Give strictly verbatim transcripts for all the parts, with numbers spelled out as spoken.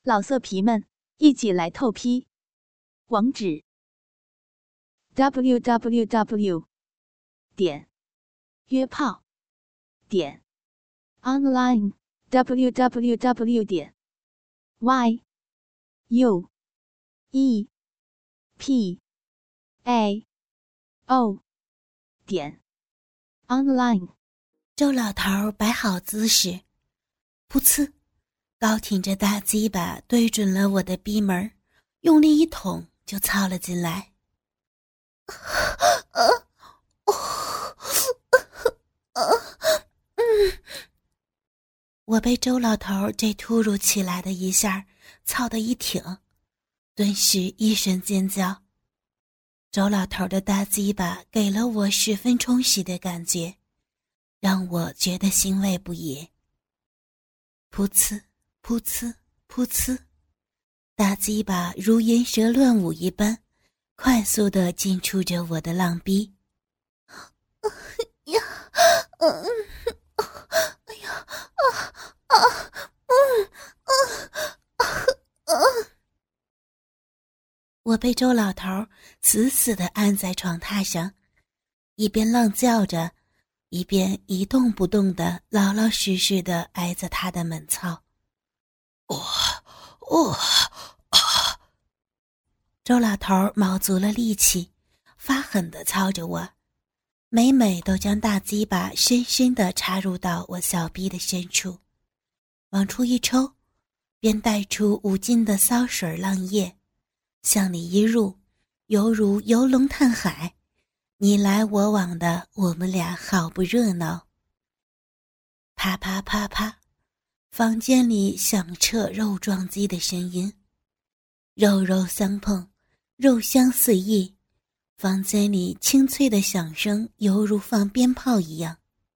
老色皮们，一起来透批！网址 ：double u double u double u 点约炮点 online w w w 点 y u e p a o 点 online。 周老头摆好姿势，噗呲，高挺着大鸡巴对准了我的逼门，用力一捅就操了进来。我被周老头这突如其来的一下操得一挺，顿时一声尖叫。周老头的大鸡巴给了我十分充实的感觉，让我觉得欣慰不已。噗呲噗呲噗呲，大鸡巴如银蛇乱舞一般，快速地进出着我的浪逼。呀，嗯，哎呀，啊啊，嗯啊啊！我被周老头死死地按在床榻上，一边浪叫着，一边一动不动地老老实实地挨着他的猛操。哇哇啊！周老头卯足了力气，发狠地操着我，每每都将大鸡巴深深地插入到我小臂的深处，往出一抽，便带出无尽的骚水浪液，向里一入，犹如游龙探海，你来我往的，我们俩好不热闹。啪啪啪啪，房间里响彻肉撞击的声音，肉肉相碰，肉香四溢，房间里清脆的响声犹如放鞭炮一样。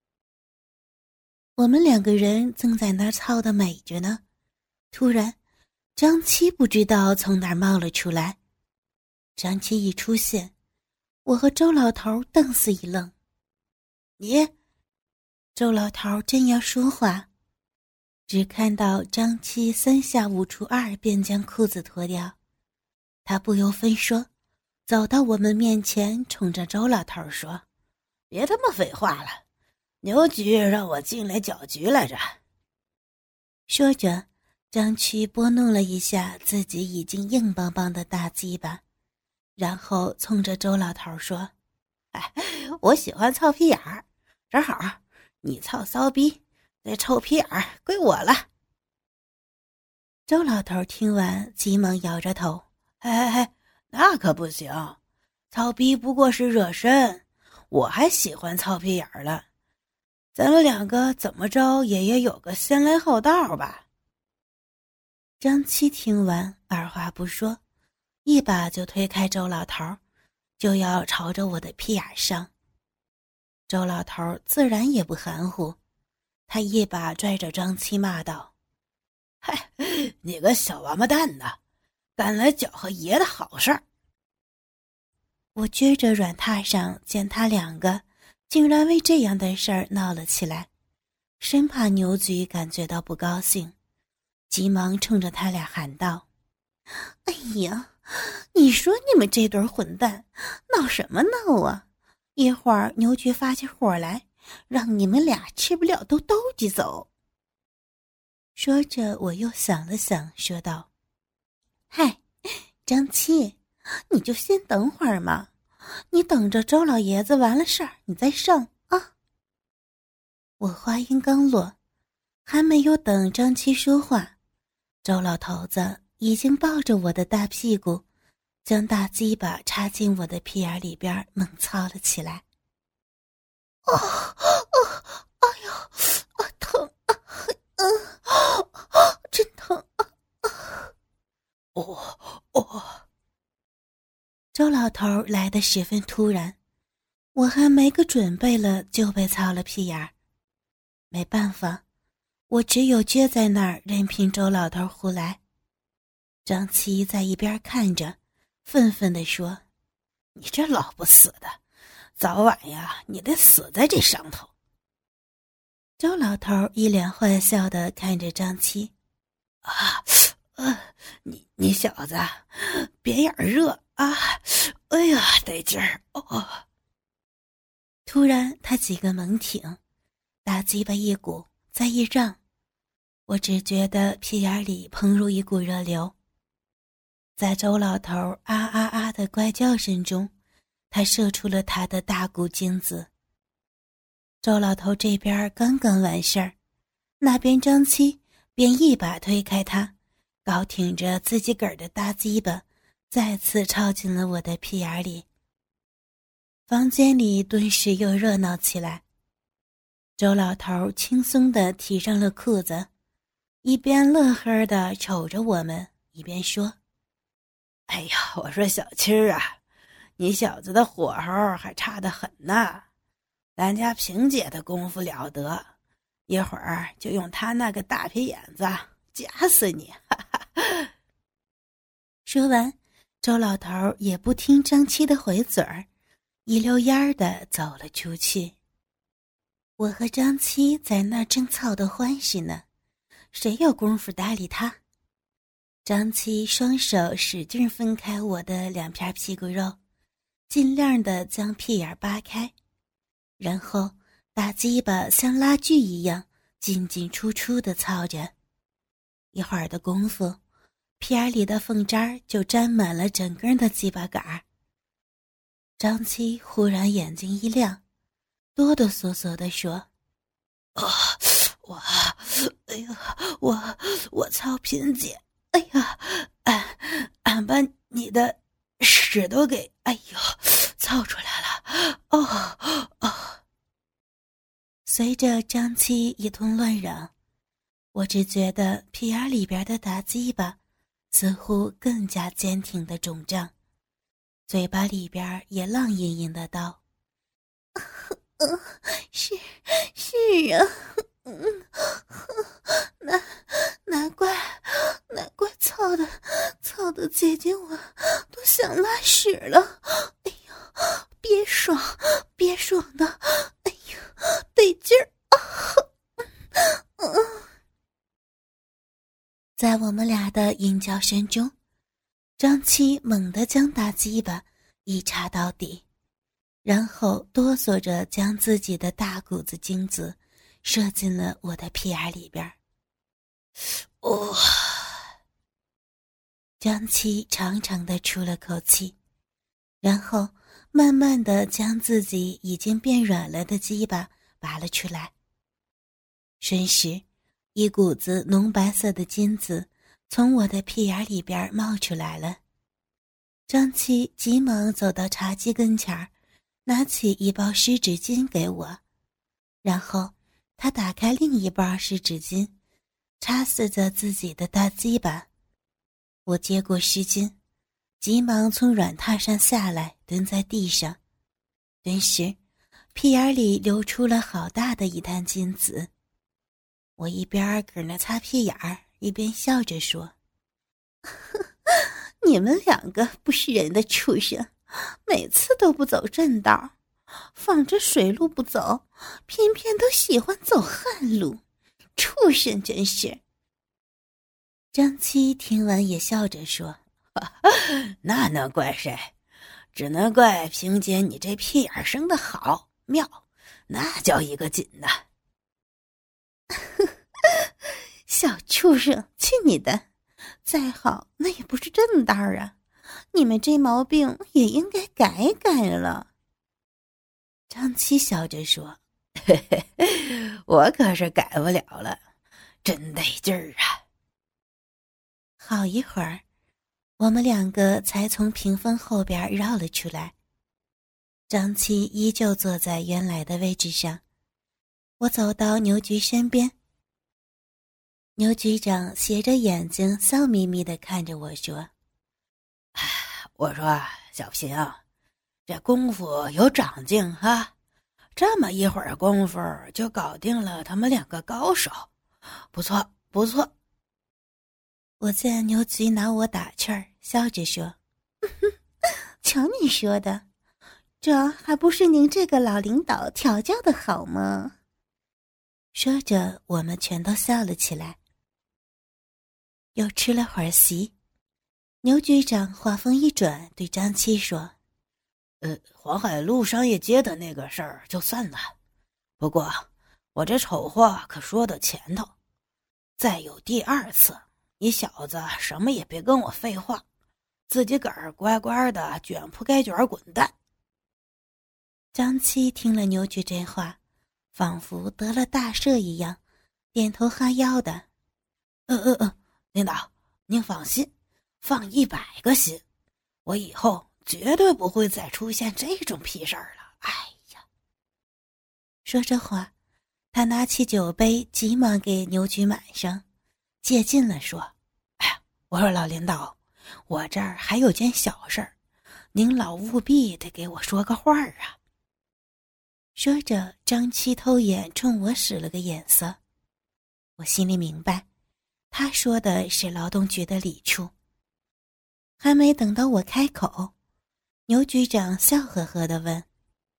我们两个人正在那儿操得美着呢，突然张七不知道从哪儿冒了出来。张七一出现，我和周老头瞪死一愣。你？周老头正要说话，只看到张七三下五除二便将裤子脱掉，他不由分说走到我们面前，冲着周老头说：别他妈废话了，牛局让我进来搅局来着。说着，张七拨弄了一下自己已经硬邦邦的大鸡巴，然后冲着周老头说：哎，我喜欢操屁眼儿，正好你操骚逼，这臭屁眼儿归我了。周老头听完急忙摇着头：哎哎哎，那可不行，操逼不过是热身，我还喜欢操屁眼儿了。咱们两个怎么着也也有个先来后到吧。张七听完二话不说，一把就推开周老头，就要朝着我的屁眼上。周老头自然也不含糊，他一把拽着张七骂道：嗨，你个小王八蛋呐，敢来搅和爷的好事儿。我撅着软榻上见他两个竟然为这样的事儿闹了起来，生怕牛局感觉到不高兴，急忙冲着他俩喊道：哎呀，你说你们这对混蛋闹什么闹啊，一会儿牛局发起火来，让你们俩吃不了都兜起走。说着我又想了想说道：嗨，张七，你就先等会儿嘛，你等着周老爷子完了事儿你再上啊。我话音刚落，还没有等张七说话，周老头子已经抱着我的大屁股，将大鸡巴插进我的屁眼里边猛操了起来。哦哦，哎呦，啊疼啊，嗯啊，真疼啊啊！哦哦！周老头来得十分突然，我还没个准备了就被操了屁眼儿。没办法，我只有撅在那儿任凭周老头胡来。张七在一边看着，愤愤地说：你这老不死的，早晚呀你得死在这上头。周老头一脸坏笑地看着张七：啊，呃你小子别眼热啊！哎呀，得劲儿哦！突然，他几个猛挺，大鸡巴一鼓，再一让，我只觉得屁眼里喷入一股热流。在周老头啊啊啊的怪叫声中，他射出了他的大股精子。周老头这边刚刚完事儿，那边张七便一把推开他，高挺着自己个儿的大鸡巴，再次插进了我的屁眼里。房间里顿时又热闹起来。周老头轻松地提上了裤子，一边乐呵地瞅着我们，一边说：“哎呀，我说小七儿啊，你小子的火候还差得很呢。咱家萍姐的功夫了得，一会儿就用她那个大皮眼子夹死你！”哈哈。说完，周老头也不听张七的回嘴儿，一溜烟儿的走了出去。我和张七在那正操得欢实呢，谁有功夫搭理他？张七双手使劲分开我的两片屁股肉，尽量的将屁眼扒开，然后大鸡巴像拉锯一样进进出出的操着。一会儿的功夫，屁眼里的缝渣就沾满了整根的鸡巴杆儿。张七忽然眼睛一亮，哆哆嗦嗦地说：“啊，我，哎呀，我我操萍姐，哎呀，俺俺把你的屎都给，哎呦，操出来了，哦哦。”随着张七一通乱嚷，我只觉得屁眼里边的大鸡巴似乎更加坚挺的肿胀，嘴巴里边也浪吟吟的道：“嗯，是是啊，嗯，难难怪难怪操的操的姐姐我都想拉屎了，哎呀，别爽别爽的，哎呀，得劲儿啊！”嗯，在我们俩的吟叫声中，张七猛地将大鸡巴一插到底，然后哆嗦着将自己的大股子精子射进了我的屁眼里边。哦，张七长长的出了口气，然后慢慢的将自己已经变软了的鸡巴拔了出来。瞬时，一股子浓白色的金子从我的屁眼里边冒出来了。张七急忙走到茶几跟前儿，拿起一包湿纸巾给我，然后他打开另一包湿纸巾，擦拭着自己的大鸡巴。我接过湿巾，急忙从软榻上下来，蹲在地上，顿时屁眼里流出了好大的一滩金子。我一边搁那擦屁眼儿，一边笑着说：“你们两个不是人的畜生，每次都不走正道，放着水路不走，偏偏都喜欢走旱路，畜生真是。”张七听完也笑着说：“那能怪谁？只能怪萍姐你这屁眼生得好妙，那叫一个紧呐！”小畜生，去你的！再好那也不是正道啊，你们这毛病也应该改改了。张七笑着说：“嘿嘿，我可是改不了了，真得劲儿啊！”好一会儿，我们两个才从屏风后边绕了出来。张七依旧坐在原来的位置上，我走到牛局身边。牛局长斜着眼睛笑眯眯地看着我说：“我说小平，这功夫有长进哈，这么一会儿功夫就搞定了他们两个高手，不错不错。”我见牛局拿我打趣儿，笑着说：“瞧你说的，这还不是您这个老领导调教的好吗？”说着，我们全都笑了起来。又吃了会儿席， 牛局长话锋一转，对张七说： 呃，黄海路商业街的那个事儿就算了，不过我这丑话可说到前头，再有第二次，你小子什么也别跟我废话，自己个儿乖乖的卷铺盖卷滚蛋。 张七听了牛局这话，仿佛得了大赦一样，点头哈腰的： 嗯嗯嗯，领导您放心，放一百个心，我以后绝对不会再出现这种屁事儿了。哎呀！ 说这话，他拿起酒杯，急忙给牛局满上，借劲了说： 哎呀，我说老领导，我这儿还有件小事儿，您老务必得给我说个话儿啊。 说着，张七偷眼冲我使了个眼色，我心里明白，他说的是劳动局的理处。还没等到我开口，牛局长笑呵呵地问：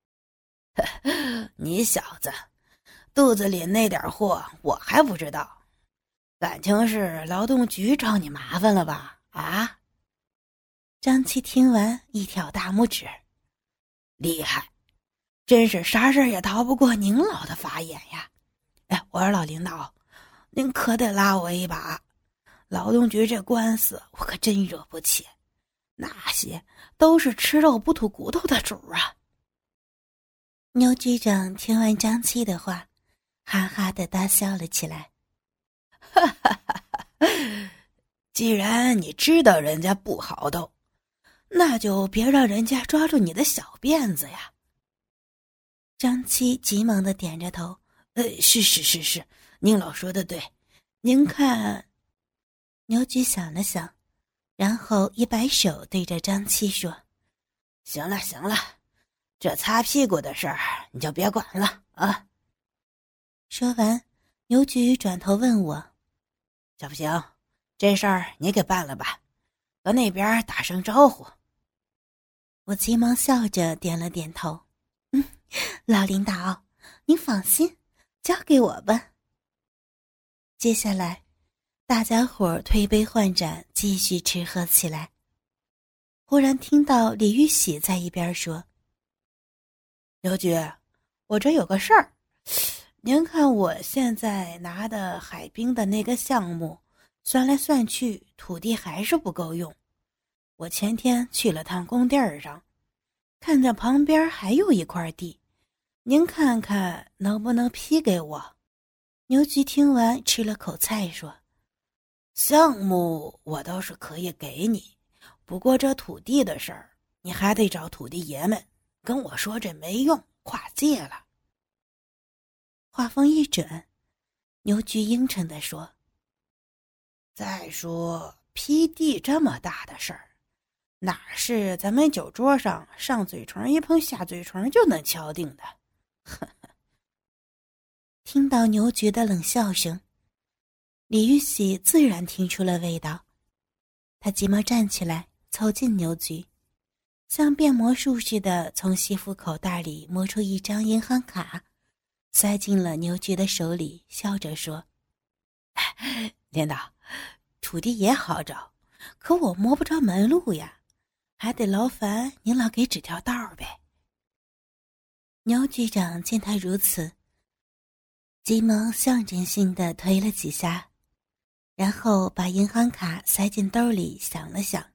你小子肚子里那点货我还不知道，感情是劳动局找你麻烦了吧？啊！ 张七听完一挑大拇指： 厉害，真是啥事也逃不过您老的法眼呀！哎，我说老领导，您可得拉我一把，劳动局这官司我可真惹不起，那些都是吃肉不吐骨头的主啊。 牛局长听完张七的话，哈哈地大笑了起来。 哈哈哈哈，既然你知道人家不好斗，那就别让人家抓住你的小辫子呀。 张七急忙地点着头： 呃，是是是是，您老说的对。您看…… 牛局想了想，然后一摆手对着张七说： 行了行了，这擦屁股的事儿你就别管了啊。 说完，牛局转头问我： 行不行？这事儿你给办了吧，和那边打声招呼。 我急忙笑着点了点头：嗯，老领导您放心，交给我吧。接下来大家伙推杯换盏，继续吃喝起来。忽然听到李玉喜在一边说： 刘局，我这有个事儿，您看我现在拿的海滨的那个项目，算来算去土地还是不够用。我前天去了趟工地上，看着旁边还有一块地，您看看能不能批给我。 牛局听完吃了口菜说： 项目我倒是可以给你，不过这土地的事儿你还得找土地爷们，跟我说这没用，跨界了。 话锋一转，牛局应承地说： 再说批地这么大的事儿，哪是咱们酒桌上上嘴唇一碰下嘴唇就能敲定的？呵呵。 听到牛局的冷笑声，李玉喜自然听出了味道，他急忙站起来，凑近牛局，像变魔术似的从西服口袋里摸出一张银行卡，塞进了牛局的手里，笑着说： 领导，土地也好找，可我摸不着门路呀，还得劳烦您老给指条道呗。 牛局长见他如此，急忙象征性地推了几下，然后把银行卡塞进兜里，想了想：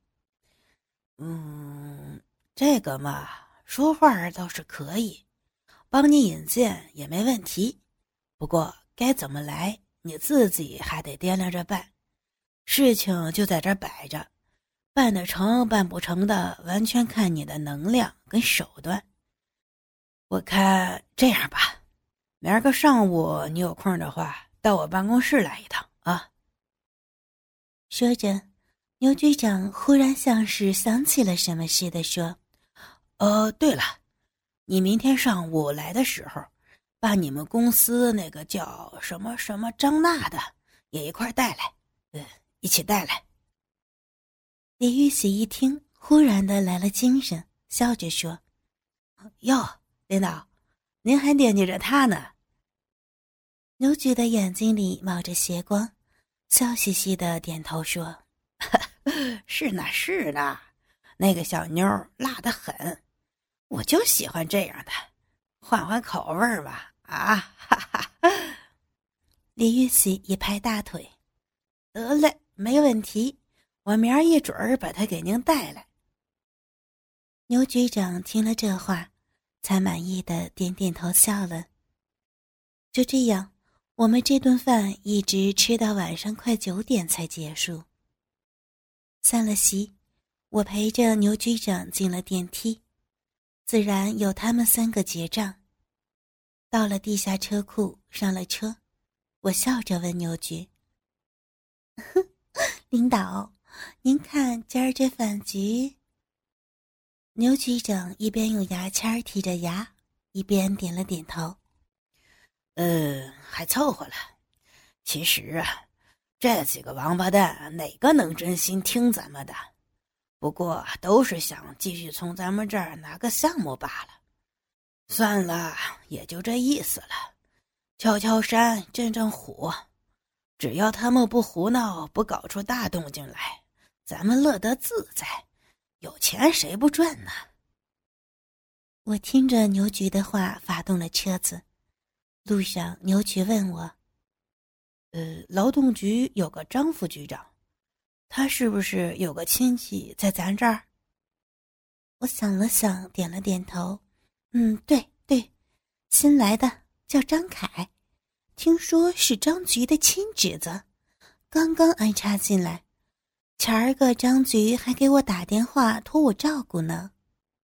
嗯，这个嘛，说话倒是可以，帮你引荐也没问题，不过该怎么来你自己还得掂量着办，事情就在这摆着，办得成办不成的完全看你的能量跟手段。我看这样吧，明儿个上午你有空的话，到我办公室来一趟啊。 说着，牛局长忽然像是想起了什么似的说： 呃，对了，你明天上午来的时候，把你们公司那个叫什么什么张娜的也一块带来，呃，一起带来。 李玉喜一听，忽然的来了精神，笑着说： 哟，领导，您还惦记着他呢。 牛局的眼睛里冒着斜光，笑嘻嘻的点头说： 是呢是呢，那个小妞辣得很，我就喜欢这样的，换换口味吧。啊，哈哈！ 李玉玺一拍大腿， 得嘞，没问题，我明儿一准儿把他给您带来。 牛局长听了这话，才满意的点点头笑了。就这样，我们这顿饭一直吃到晚上快九点才结束。散了席，我陪着牛局长进了电梯，自然由他们三个结账。到了地下车库，上了车，我笑着问牛局：“领导，您看今儿这饭局？”牛局长一边用牙签剔着牙，一边点了点头。 呃，还凑合了。其实啊，这几个王八蛋哪个能真心听咱们的？不过都是想继续从咱们这儿拿个项目罢了。算了，也就这意思了。敲敲山，震震虎，只要他们不胡闹，不搞出大动静来，咱们乐得自在。有钱谁不赚呢？ 我听着牛局的话，发动了车子。路上，牛局问我：“ 呃，劳动局有个张副局长，他是不是有个亲戚在咱这儿？” 我想了想，点了点头：“嗯，对对，新来的，叫张凯，听说是张局的亲侄子，刚刚安插进来。前儿个张局还给我打电话托我照顾呢。”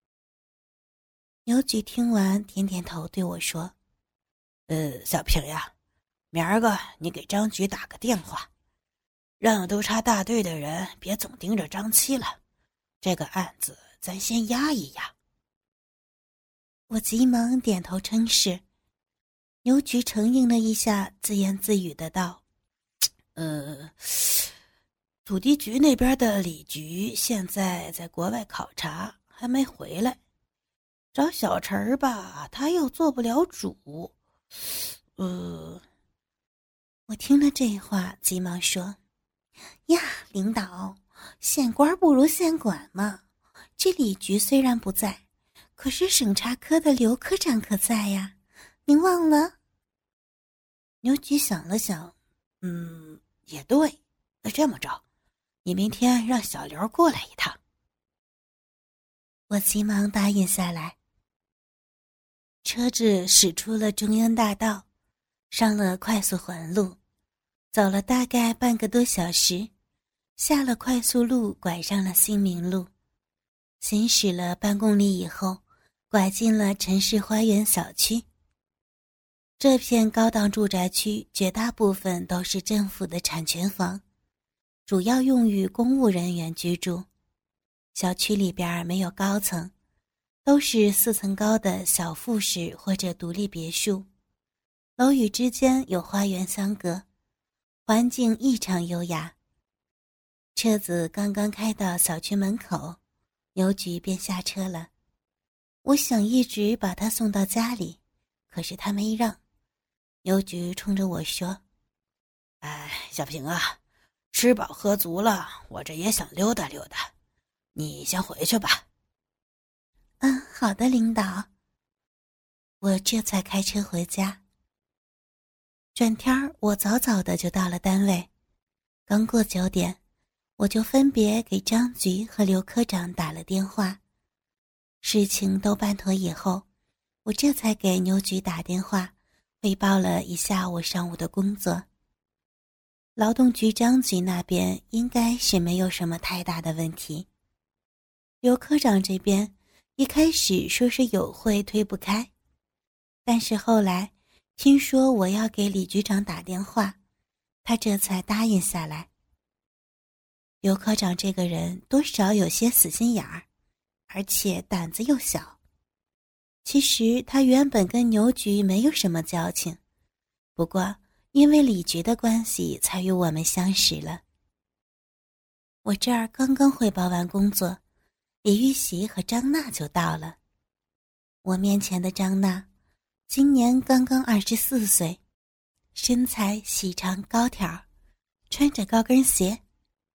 牛局听完点点头对我说：“ 呃，小平呀，明儿个你给张局打个电话，让督察大队的人别总盯着张七了，这个案子咱先压一压。” 我急忙点头称是。牛局承应了一下，自言自语的道：“ 呃。”土地局那边的李局现在在国外考察，还没回来。找小陈儿吧，他又做不了主。呃， 我听了这话，急忙说：“呀，领导，县官不如县管嘛。这李局虽然不在，可是审查科的刘科长可在呀，您忘了？” 牛局想了想，嗯，也对。那这么着，你明天让小刘过来一趟。 我急忙答应下来。车子驶出了中央大道，上了快速环路，走了大概半个多小时，下了快速路，拐上了新民路。行驶了半公里以后，拐进了城市花园小区。这片高档住宅区绝大部分都是政府的产权房，主要用于公务人员居住。小区里边没有高层，都是四层高的小复式或者独立别墅，楼宇之间有花园相隔，环境异常优雅。车子刚刚开到小区门口，邮局便下车了。我想一直把他送到家里，可是他没让。邮局冲着我说：“ 哎，小平啊，吃饱喝足了，我这也想溜达溜达，你先回去吧。” 嗯，好的，领导。我这才开车回家。转天儿，我早早的就到了单位。刚过九点，我就分别给张局和刘科长打了电话。事情都办妥以后，我这才给牛局打电话，汇报了一下我上午的工作。劳动局张局那边应该是没有什么太大的问题。刘科长这边一开始说是有会推不开，但是后来听说我要给李局长打电话，他这才答应下来。刘科长这个人多少有些死心眼儿，而且胆子又小。其实他原本跟牛局没有什么交情，不过因为李局的关系才与我们相识了。我这儿刚刚汇报完工作，李玉玺和张娜就到了。我面前的张娜今年刚刚二十四岁，身材细长高挑，穿着高跟鞋，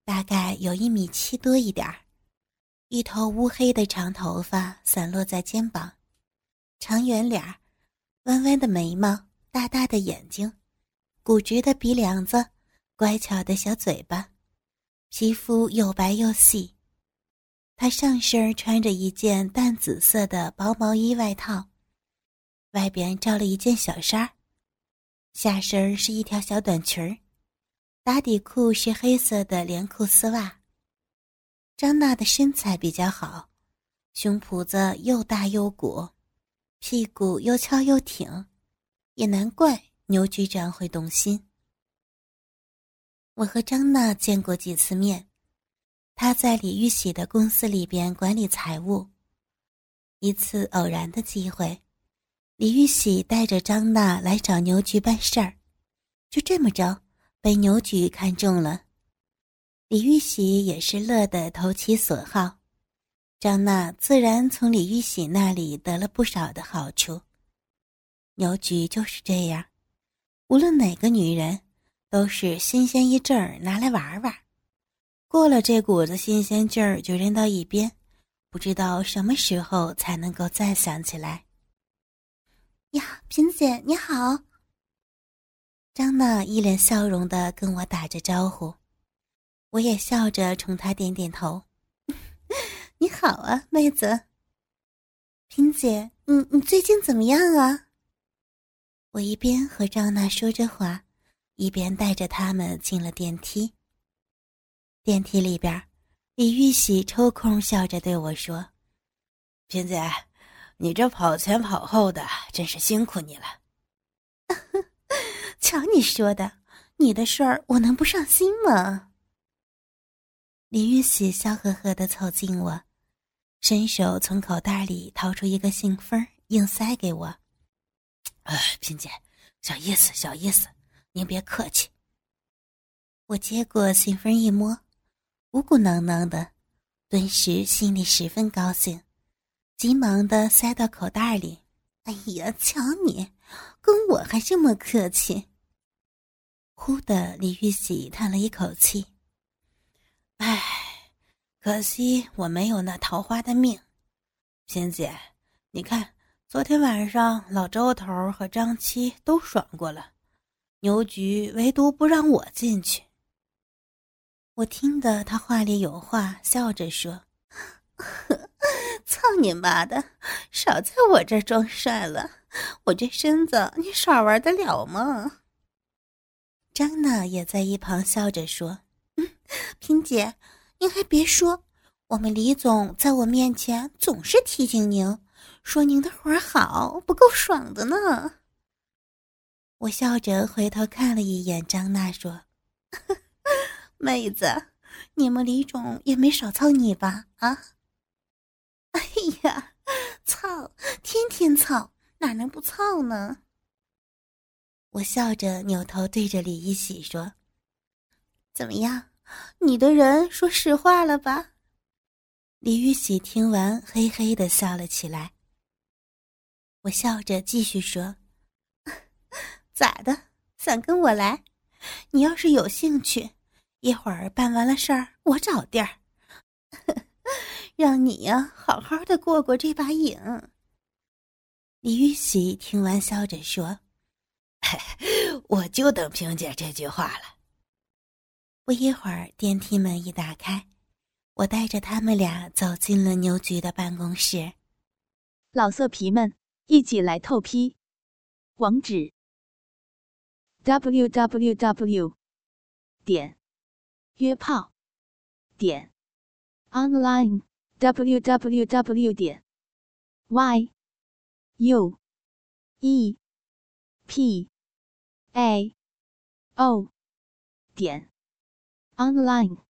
大概有一米七多一点儿，一头乌黑的长头发散落在肩膀，长圆脸儿，弯弯的眉毛，大大的眼睛，鼓直的鼻梁子，乖巧的小嘴巴，皮肤又白又细。她上身穿着一件淡紫色的薄毛衣外套，外边罩了一件小衫，下身是一条小短裙儿，打底裤是黑色的连裤丝袜。张娜的身材比较好，胸脯子又大又鼓，屁股又翘又挺，也难怪牛局长会动心。我和张娜见过几次面，她在李玉玺的公司里边管理财务。一次偶然的机会，李玉玺带着张娜来找牛局办事儿，就这么着被牛局看中了。李玉玺也是乐得投其所好，张娜自然从李玉玺那里得了不少的好处。牛局就是这样，无论哪个女人都是新鲜一阵儿拿来玩玩，过了这股子新鲜劲儿就扔到一边，不知道什么时候才能够再想起来。呀，萍姐你好。张娜一脸笑容地跟我打着招呼，我也笑着冲她点点头。你好啊，妹子。萍姐，你你最近怎么样啊？我一边和张娜说着话，一边带着他们进了电梯。电梯里边，李玉玺抽空笑着对我说： 萍姐，你这跑前跑后的，真是辛苦你了。 瞧你说的，你的事儿我能不上心吗？李玉玺笑呵呵地凑近我，伸手从口袋里掏出一个信封，硬塞给我。 呃，萍姐，小意思，小意思，您别客气。 我接过信封一摸，鼓鼓囊囊的，顿时心里十分高兴，急忙地塞到口袋里。哎呀，瞧你，跟我还这么客气。忽的，李玉玺叹了一口气。 唉，可惜我没有那桃花的命。萍姐，你看，昨天晚上老周头和张七都爽过了，牛局唯独不让我进去。 我听得他话里有话，笑着说：操你妈的，少在我这儿装帅了，我这身子你耍玩得了吗？张娜也在一旁笑着说：嗯，萍姐，您还别说，我们李总在我面前总是提醒您，说您的活好，不够爽的呢。我笑着回头看了一眼张娜，说：妹子，你们李总也没少操你吧？啊？哎呀，操，天天操，哪能不操呢？我笑着扭头对着李一喜说：怎么样，你的人说实话了吧？李玉玺听完嘿嘿地笑了起来。我笑着继续说：咋的，想跟我来？你要是有兴趣，一会儿办完了事儿我找地儿让你呀好好的过过这把瘾。李玉玺听完笑着说： 我就等萍姐这句话了。 不一会儿电梯门一打开，我带着他们俩走进了牛局的办公室。 老色皮们，一起来透批！网址 ：double-u double-u double-u 点约炮点 online double-u double-u double-u 点 y u e p a o 点 online。